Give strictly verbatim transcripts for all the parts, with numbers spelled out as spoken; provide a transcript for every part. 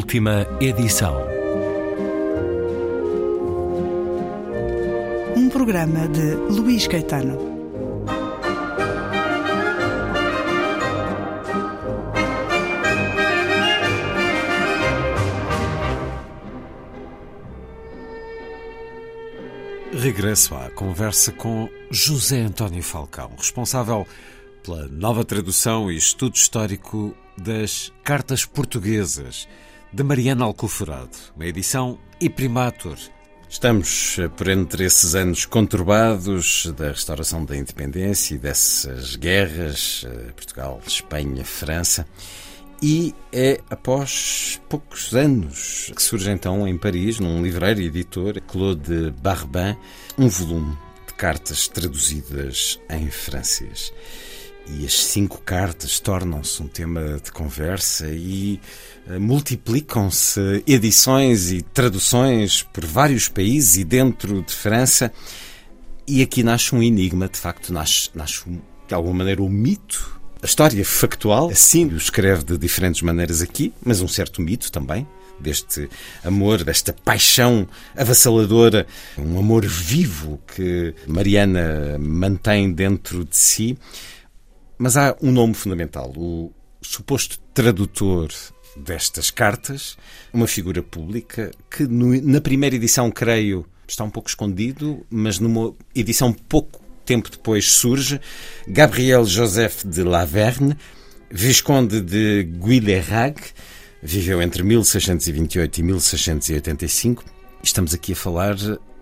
Última edição. Um programa de Luís Caetano. Regresso à conversa com José António Falcão, responsável pela nova tradução e estudo histórico das Cartas Portuguesas de Mariana Alcoforado, uma edição imprimatur. Estamos por entre esses anos conturbados da restauração da independência e dessas guerras, Portugal, Espanha, França, e é após poucos anos que surge então em Paris, num livreiro e editor, Claude Barbin, um volume de cartas traduzidas em francês. E as cinco cartas tornam-se um tema de conversa e uh, multiplicam-se edições e traduções por vários países e dentro de França. E aqui nasce um enigma, de facto, nasce, nasce um, de alguma maneira um mito. A história factual, assim o escreve de diferentes maneiras aqui, mas um certo mito também, deste amor, desta paixão avassaladora, um amor vivo que Mariana mantém dentro de si. Mas há um nome fundamental, o suposto tradutor destas cartas, uma figura pública que no, na primeira edição, creio, está um pouco escondido, mas numa edição pouco tempo depois surge, Gabriel Joseph de Laverne, Visconde de Guilherag, viveu entre mil seiscentos e vinte e oito e mil seiscentos e oitenta e cinco. Estamos aqui a falar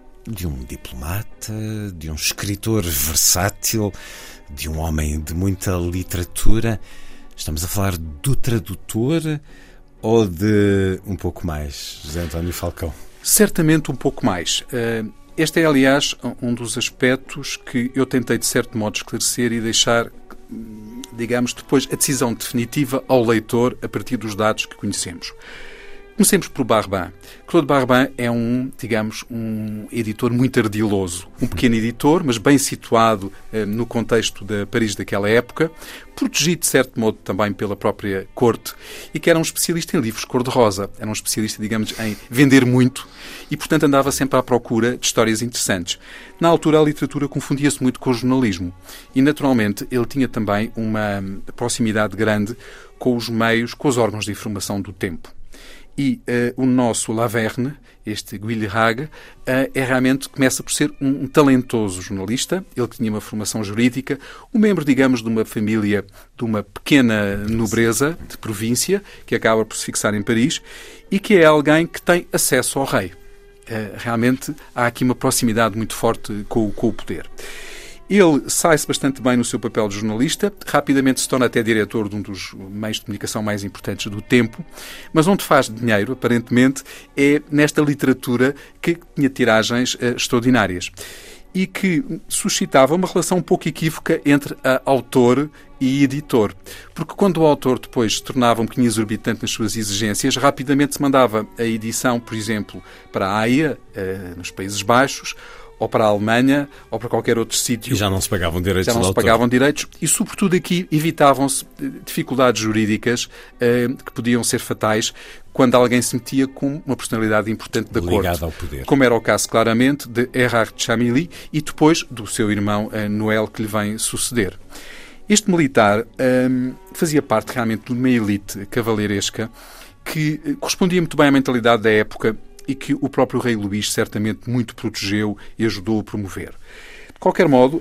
de um diplomata, de um escritor versátil, de um homem de muita literatura. Estamos a falar do tradutor ou de um pouco mais, José António Falcão? Certamente um pouco mais. Este é, aliás, um dos aspectos que eu tentei, de certo modo, esclarecer e deixar, digamos, depois a decisão definitiva ao leitor a partir dos dados que conhecemos. Comecemos por Barbin. Claude Barbin é um, digamos, um editor muito ardiloso. Um pequeno editor, mas bem situado eh, no contexto da Paris daquela época, protegido, de certo modo, também pela própria corte, e que era um especialista em livros cor-de-rosa. Era um especialista, digamos, em vender muito e, portanto, andava sempre à procura de histórias interessantes. Na altura, a literatura confundia-se muito com o jornalismo e, naturalmente, ele tinha também uma proximidade grande com os meios, com os órgãos de informação do tempo. E uh, o nosso Laverne, este Guilherag, uh, é realmente, começa por ser um, um talentoso jornalista. Ele tinha uma formação jurídica, um membro, digamos, de uma família, de uma pequena nobreza de província, que acaba por se fixar em Paris, e que é alguém que tem acesso ao rei. Uh, realmente há aqui uma proximidade muito forte com, com o poder. Ele sai-se bastante bem no seu papel de jornalista, rapidamente se torna até diretor de um dos meios de comunicação mais importantes do tempo, mas onde faz dinheiro, aparentemente, é nesta literatura que tinha tiragens uh, extraordinárias e que suscitava uma relação um pouco equívoca entre a autor e editor. Porque quando o autor depois se tornava um bocadinho exorbitante nas suas exigências, rapidamente se mandava a edição, por exemplo, para a Haia, uh, nos Países Baixos, ou para a Alemanha, ou para qualquer outro sítio. E já não se pagavam direitos. Já não se autor. pagavam direitos e, sobretudo, aqui evitavam-se dificuldades jurídicas eh, que podiam ser fatais quando alguém se metia com uma personalidade importante da corte. Ligada ao poder. Como era o caso, claramente, de Erard de Chamilly e depois do seu irmão eh, Noel, que lhe vem suceder. Este militar eh, fazia parte realmente de uma elite cavaleiresca que eh, correspondia muito bem à mentalidade da época e que o próprio rei Luís certamente muito protegeu e ajudou a promover. De qualquer modo,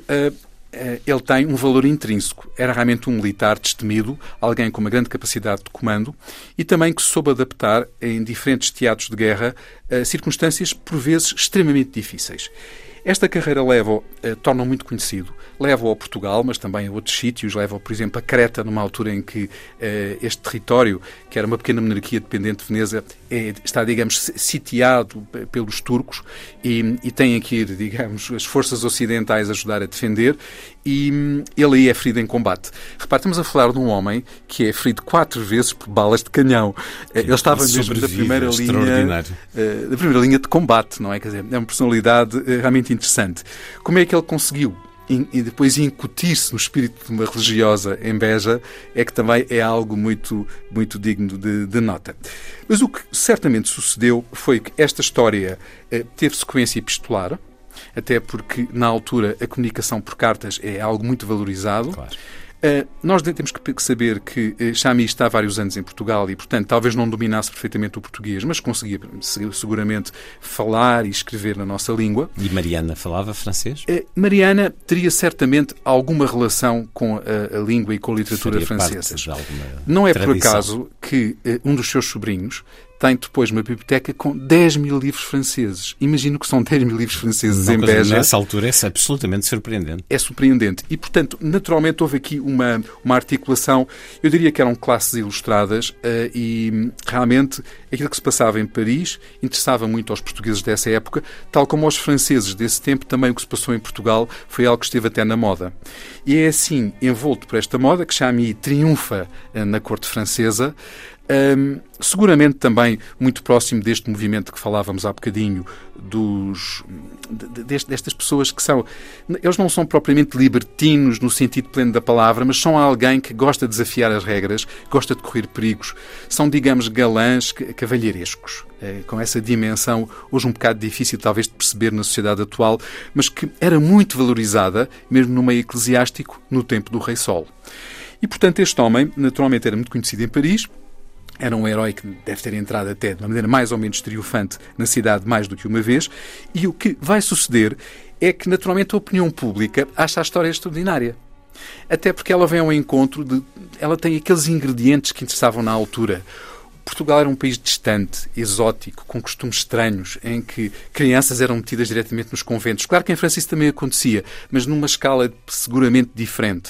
ele tem um valor intrínseco. Era realmente um militar destemido, alguém com uma grande capacidade de comando e também que se soube adaptar em diferentes teatros de guerra a circunstâncias, por vezes, extremamente difíceis. Esta carreira leva-o, eh, torna-o muito conhecido, leva-o a Portugal, mas também a outros sítios, leva-o, por exemplo, a Creta, numa altura em que eh, este território, que era uma pequena monarquia dependente de Veneza, é, está, digamos, sitiado pelos turcos e, e tem aqui, digamos, as forças ocidentais a ajudar a defender e hum, ele aí é ferido em combate. Repare, estamos a falar de um homem que é ferido quatro vezes por balas de canhão. Que ele estava mesmo da primeira linha, da primeira linha de combate, não é? Quer dizer, é uma personalidade realmente interessante. Como é que ele conseguiu e depois incutir-se no espírito de uma religiosa em Beja é que também é algo muito, muito digno de, de nota. Mas o que certamente sucedeu foi que esta história eh, teve sequência epistolar, até porque, na altura, a comunicação por cartas é algo muito valorizado. Claro. Uh, nós temos que saber que uh, Chamy está há vários anos em Portugal e, portanto, talvez não dominasse perfeitamente o português, mas conseguia seguramente falar e escrever na nossa língua. E Mariana falava francês? Uh, Mariana teria certamente alguma relação com a, a língua e com a literatura francesas. Não é tradição. Por acaso que uh, um dos seus sobrinhos tem depois uma biblioteca com dez mil livros franceses. Imagino que são dez mil livros franceses em Beja. Nessa altura é absolutamente surpreendente. É surpreendente. E, portanto, naturalmente houve aqui uma, uma articulação, eu diria que eram classes ilustradas uh, e realmente aquilo que se passava em Paris interessava muito aos portugueses dessa época, tal como aos franceses desse tempo, também o que se passou em Portugal foi algo que esteve até na moda. E é assim, envolto por esta moda, que Chamy triunfa uh, na corte francesa. Um, seguramente também muito próximo deste movimento que falávamos há bocadinho, dos, de, de, destas pessoas que são... Eles não são propriamente libertinos no sentido pleno da palavra, mas são alguém que gosta de desafiar as regras, gosta de correr perigos. São, digamos, galãs cavalheirescos, é, com essa dimensão, hoje um bocado difícil talvez de perceber na sociedade atual, mas que era muito valorizada, mesmo no meio eclesiástico, no tempo do Rei Sol. E, portanto, este homem, naturalmente, era muito conhecido em Paris. Era um herói que deve ter entrado até de uma maneira mais ou menos triunfante na cidade mais do que uma vez. E o que vai suceder é que, naturalmente, a opinião pública acha a história extraordinária. Até porque ela vem ao encontro de... Ela tem aqueles ingredientes que interessavam na altura. Portugal era um país distante, exótico, com costumes estranhos, em que crianças eram metidas diretamente nos conventos. Claro que em França isso também acontecia, mas numa escala seguramente diferente.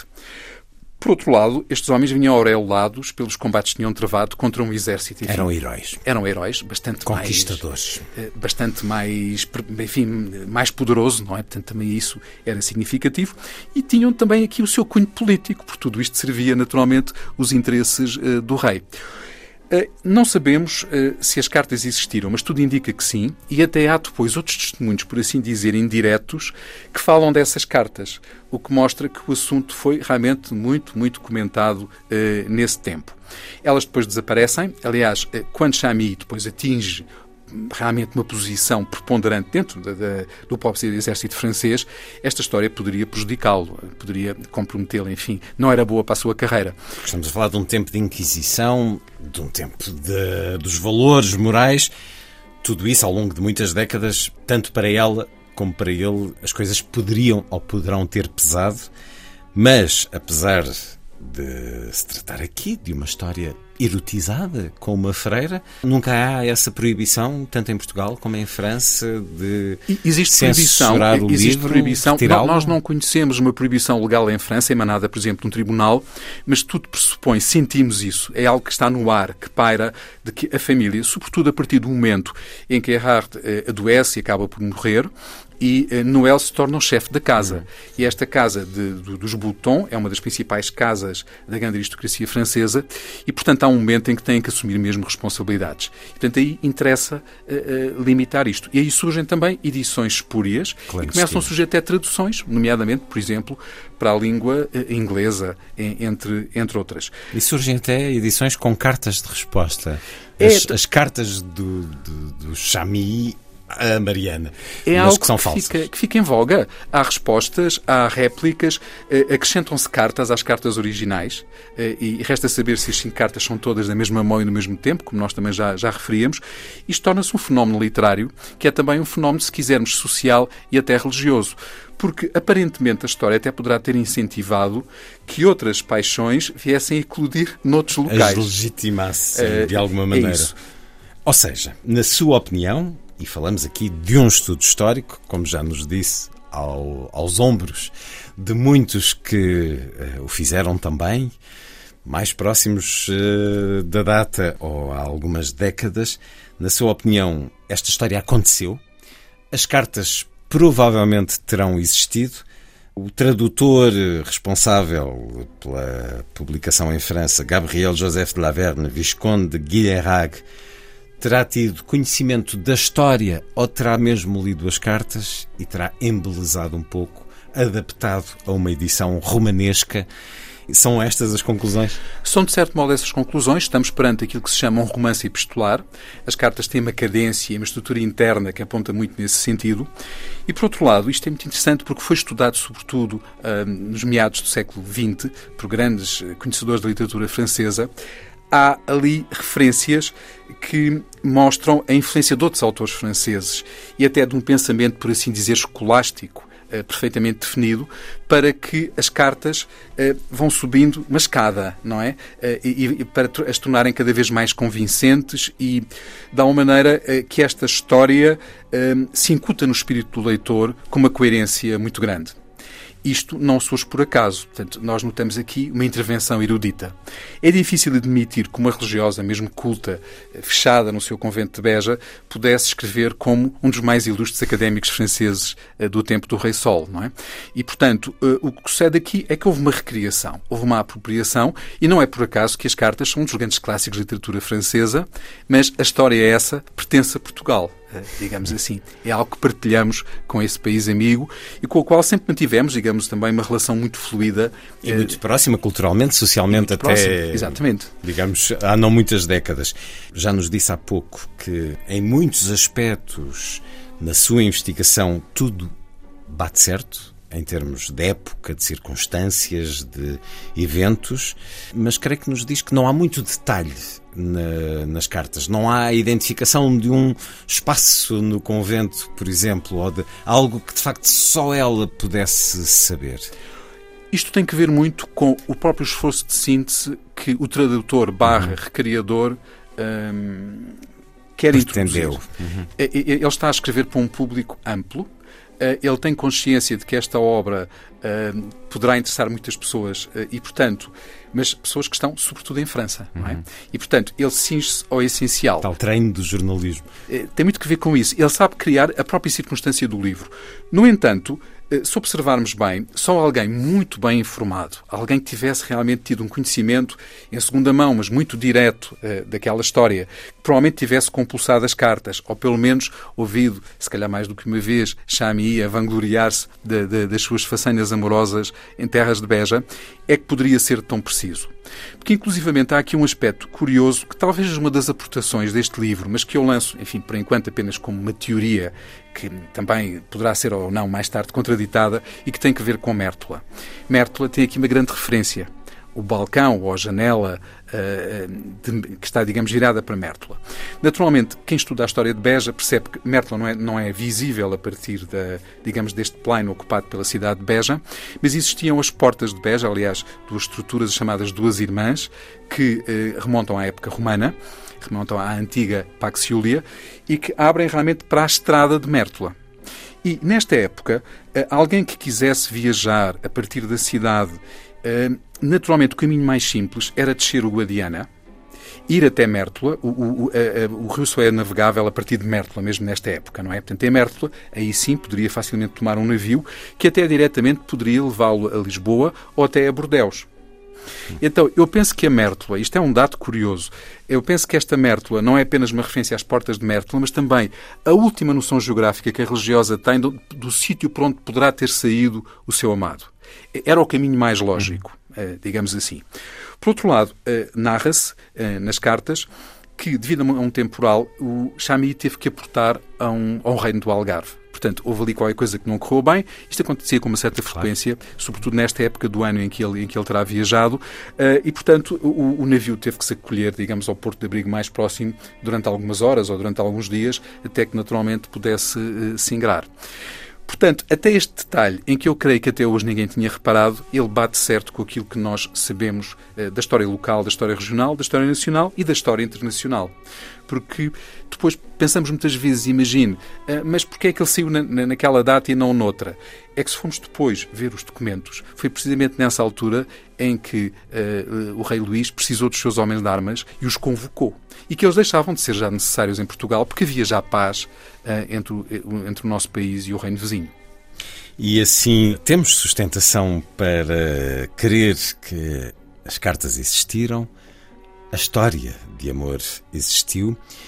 Por outro lado, estes homens vinham aureolados pelos combates que tinham travado contra um exército. Enfim, eram heróis. Eram heróis, bastante conquistadores. mais... Bastante mais, enfim, mais poderoso, não é? Portanto, também isso era significativo. E tinham também aqui o seu cunho político, porque tudo isto servia, naturalmente, os interesses uh, do rei. Uh, não sabemos uh, se as cartas existiram, mas tudo indica que sim, e até há depois outros testemunhos, por assim dizer, indiretos, que falam dessas cartas, o que mostra que o assunto foi realmente muito, muito comentado uh, nesse tempo. Elas depois desaparecem, aliás, uh, quando Chamy depois atinge realmente uma posição preponderante dentro da, da, do próprio exército francês, esta história poderia prejudicá-lo, poderia comprometê-lo, enfim, não era boa para a sua carreira. Estamos a falar de um tempo de Inquisição, de um tempo de, dos valores morais, tudo isso ao longo de muitas décadas, tanto para ela como para ele, as coisas poderiam ou poderão ter pesado, mas apesar de se tratar aqui de uma história erotizada com uma freira, nunca há essa proibição, tanto em Portugal como em França, de existe censurar proibição, o existe livro, proibição. retirá-lo? Nós não conhecemos uma proibição legal em França, emanada, por exemplo, de um tribunal, mas tudo pressupõe, sentimos isso, é algo que está no ar, que paira de que a família, sobretudo a partir do momento em que Erhard eh, adoece e acaba por morrer, e uh, Noel se torna o chefe da casa. Uhum. E esta casa de, de, dos Bouton é uma das principais casas da grande aristocracia francesa e, portanto, há um momento em que têm que assumir mesmo responsabilidades. E, portanto, aí interessa uh, uh, limitar isto. E aí surgem também edições espúrias e começam a surgir até traduções, nomeadamente, por exemplo, para a língua uh, inglesa, em, entre, entre outras. E surgem até edições com cartas de resposta. As, é... as cartas do, do, do Chamy a Mariana, é mas algo que são que falsas. Fica, que fica em voga. Há respostas, há réplicas, eh, acrescentam-se cartas às cartas originais eh, e resta saber se as cinco cartas são todas da mesma mão e no mesmo tempo, como nós também já, já referíamos. Isto torna-se um fenómeno literário, que é também um fenómeno, se quisermos, social e até religioso. Porque, aparentemente, a história até poderá ter incentivado que outras paixões viessem a eclodir noutros locais. As legitimasse, uh, de alguma maneira. É isso. Ou seja, na sua opinião, e falamos aqui de um estudo histórico, como já nos disse, ao, aos ombros de muitos que uh, o fizeram também, mais próximos uh, da data ou há algumas décadas, na sua opinião, esta história aconteceu? As cartas provavelmente terão existido. O tradutor responsável pela publicação em França, Gabriel Joseph de Laverne, Visconde de Guilherag, terá tido conhecimento da história ou terá mesmo lido as cartas e terá embelezado um pouco adaptado a uma edição romanesca. São estas as conclusões? São, de certo modo, essas conclusões. Estamos perante aquilo que se chama um romance epistolar. As cartas têm uma cadência e uma estrutura interna que aponta muito nesse sentido. E, por outro lado, isto é muito interessante porque foi estudado, sobretudo, nos meados do século vinte, por grandes conhecedores da literatura francesa. Há ali referências que mostram a influência de outros autores franceses e até de um pensamento, por assim dizer, escolástico, Uh, perfeitamente definido, para que as cartas uh, vão subindo uma escada, não é? Uh, e, e para as tornarem cada vez mais convincentes e de uma maneira uh, que esta história uh, se incuta no espírito do leitor com uma coerência muito grande. Isto não surge por acaso. Portanto, nós notamos aqui uma intervenção erudita. É difícil admitir que uma religiosa, mesmo culta, fechada no seu convento de Beja, pudesse escrever como um dos mais ilustres académicos franceses do tempo do Rei Sol, não é? E, portanto, o que sucede aqui é que houve uma recriação, houve uma apropriação, e não é por acaso que as cartas são um dos grandes clássicos de literatura francesa, mas a história é essa, pertence a Portugal. Digamos assim. É algo que partilhamos com esse país amigo e com o qual sempre mantivemos, digamos, também uma relação muito fluida. E muito próxima, culturalmente, socialmente, até... Próxima. Exatamente. Digamos, há não muitas décadas. Já nos disse há pouco que, em muitos aspectos, na sua investigação, tudo bate certo, em termos de época, de circunstâncias, de eventos, mas creio que nos diz que não há muito detalhe na, nas cartas. Não há a identificação de um espaço no convento, por exemplo, ou de algo que de facto só ela pudesse saber. Isto tem que ver muito com o próprio esforço de síntese que o tradutor barra uhum. recriador hum, quer pretendeu. introduzir. Uhum. Ele está a escrever para um público amplo. Ele tem consciência de que esta obra uh, poderá interessar muitas pessoas uh, e, portanto, mas pessoas que estão, sobretudo, em França, não é? Uhum. E, portanto, ele cinge-se ao essencial. Tal treino do jornalismo. Uh, tem muito que ver com isso. Ele sabe criar a própria circunstância do livro. No entanto, uh, se observarmos bem, só alguém muito bem informado, alguém que tivesse realmente tido um conhecimento em segunda mão, mas muito direto uh, daquela história, que provavelmente tivesse compulsado as cartas, ou pelo menos ouvido, se calhar mais do que uma vez, Chamy a vangloriar-se de, de, das suas façanhas amorosas em terras de Beja, é que poderia ser tão preciso. Porque, inclusivamente, há aqui um aspecto curioso que talvez seja uma das aportações deste livro, mas que eu lanço, enfim, por enquanto apenas como uma teoria que também poderá ser ou não mais tarde contraditada e que tem que ver com Mértola. Mértola tem aqui uma grande referência. O balcão ou a janela uh, de, que está, digamos, virada para Mértola. Naturalmente, quem estuda a história de Beja percebe que Mértola não é, não é visível a partir, da, digamos, deste plano ocupado pela cidade de Beja, mas existiam as portas de Beja, aliás, duas estruturas chamadas Duas Irmãs, que uh, remontam à época romana, remontam à antiga Pax Iulia, e que abrem realmente para a estrada de Mértola. E, nesta época, uh, alguém que quisesse viajar a partir da cidade, Uh, naturalmente, o caminho mais simples era descer o Guadiana, ir até Mértola. O, o, o, a, o rio só é navegável a partir de Mértola, mesmo nesta época, não é? Portanto, em Mértola, aí sim, poderia facilmente tomar um navio que até diretamente poderia levá-lo a Lisboa ou até a Bordeus. Então, eu penso que a Mértola, isto é um dado curioso, eu penso que esta Mértola não é apenas uma referência às portas de Mértola, mas também a última noção geográfica que a religiosa tem do, do sítio por onde poderá ter saído o seu amado. Era o caminho mais lógico, digamos assim. Por outro lado, narra-se nas cartas que, devido a um temporal, o Chamy teve que aportar a um, a um reino do Algarve. Portanto, houve ali qualquer coisa que não correu bem. Isto acontecia com uma certa frequência, claro, sobretudo nesta época do ano em que ele, em que ele terá viajado. Uh, e, portanto, o, o navio teve que se acolher, digamos, ao porto de abrigo mais próximo durante algumas horas ou durante alguns dias, até que, naturalmente, pudesse uh, se ingrar. Portanto, até este detalhe, em que eu creio que até hoje ninguém tinha reparado, ele bate certo com aquilo que nós sabemos uh, da história local, da história regional, da história nacional e da história internacional. Porque depois pensamos muitas vezes, imagine, uh, mas porquê é que ele saiu na, na, naquela data e não noutra? É que se formos depois ver os documentos, foi precisamente nessa altura em que uh, o rei Luís precisou dos seus homens de armas e os convocou. E que eles deixavam de ser já necessários em Portugal, porque havia já paz uh, entre, o, entre o nosso país e o reino vizinho. E assim, temos sustentação para crer que as cartas existiram, a história de amor existiu.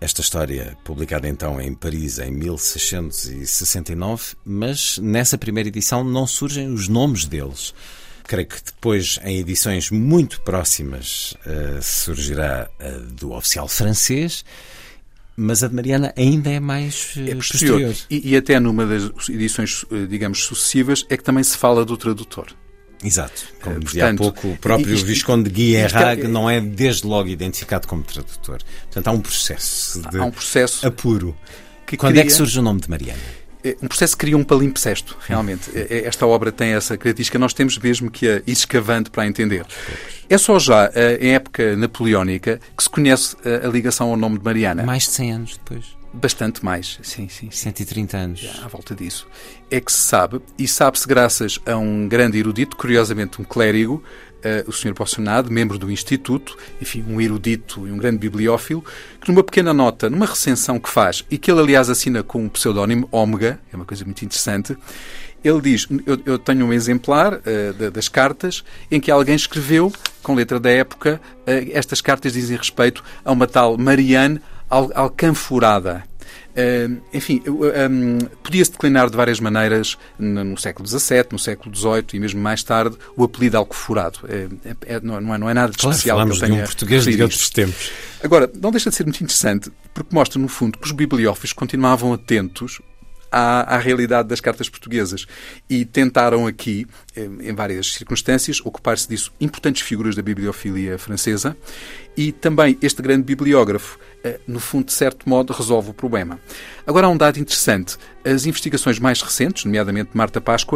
Esta história, publicada então em Paris em mil seiscentos e sessenta e nove, mas nessa primeira edição não surgem os nomes deles. Creio que depois, em edições muito próximas, uh, surgirá a do oficial francês, mas a de Mariana ainda é mais uh, é posterior. posterior. E, e até numa das edições, digamos, sucessivas, é que também se fala do tradutor. Exato. Como Uh, dizia há portanto, pouco, o próprio isto- Visconde de Guilherme isto é- não é desde logo identificado como tradutor. Portanto, há um processo de Há um processo apuro. que Quando é que cria- surge o nome de Mariana? É um processo que cria um palimpsesto, realmente. É- é- Esta obra tem essa característica, nós temos mesmo que a ir escavando para a entender. É só já eh, em época napoleónica que se conhece eh, a ligação ao nome de Mariana. Mais de cem anos depois. Bastante mais, sim, sim, sim. cento e trinta anos. À volta disso. É que se sabe, e sabe-se graças a um grande erudito, curiosamente um clérigo, uh, o senhor Pocionado, membro do Instituto, enfim, um erudito e um grande bibliófilo, que numa pequena nota, numa recensão que faz, e que ele aliás assina com um pseudónimo, Ómega, é uma coisa muito interessante, ele diz, eu, eu tenho um exemplar uh, da- das cartas em que alguém escreveu, com letra da época, uh, estas cartas dizem respeito a uma tal Marianne Al- Alcanforada. Uh, enfim, uh, um, podia-se declinar de várias maneiras no, no século dezassete, no século dezoito e mesmo mais tarde o apelido Alcoforado. É, é, não, não, é, não é nada de Claro, especial. falamos que eu de tenha um português de referido outros isto. tempos. Agora, não deixa de ser muito interessante porque mostra, no fundo, que os bibliófilos continuavam atentos à, à realidade das cartas portuguesas e tentaram aqui, em várias circunstâncias, ocupar-se disso importantes figuras da bibliofilia francesa e também este grande bibliógrafo, no fundo, de certo modo, resolve o problema. Agora há um dado interessante. As investigações mais recentes, nomeadamente Marta Páscoa,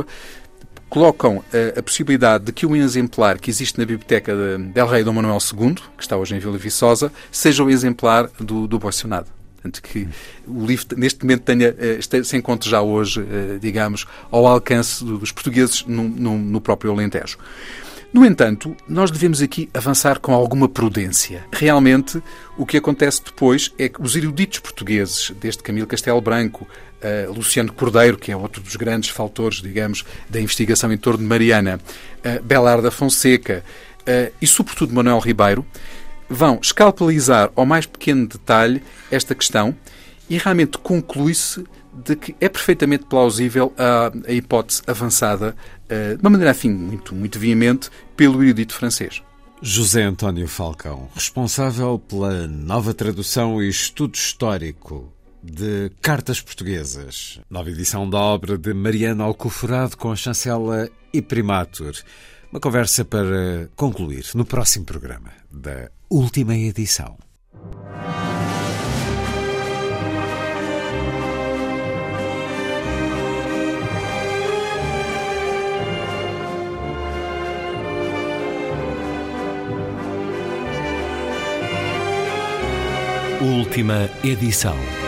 colocam a, a possibilidade de que um exemplar que existe na biblioteca de, del Rei Dom Manuel segundo, que está hoje em Vila Viçosa, seja o exemplar do, do Pocionado. Portanto, que o livro, neste momento, tenha, este, se encontre já hoje, digamos, ao alcance dos portugueses no, no, no próprio Alentejo. No entanto, nós devemos aqui avançar com alguma prudência. Realmente, o que acontece depois é que os eruditos portugueses, desde Camilo Castelo Branco, uh, Luciano Cordeiro, que é outro dos grandes fautores, digamos, da investigação em torno de Mariana, uh, Belardo da Fonseca uh, e, sobretudo, Manuel Ribeiro, vão escalpelizar ao mais pequeno detalhe esta questão e realmente conclui-se de que é perfeitamente plausível a, a hipótese avançada, uh, de uma maneira, afim, muito, muito veemente, pelo erudito francês. José António Falcão, responsável pela nova tradução e estudo histórico de Cartas Portuguesas, nova edição da obra de Mariana Alcoforado com a chancela Imprimatur. Uma conversa para concluir no próximo programa da última edição. Última edição.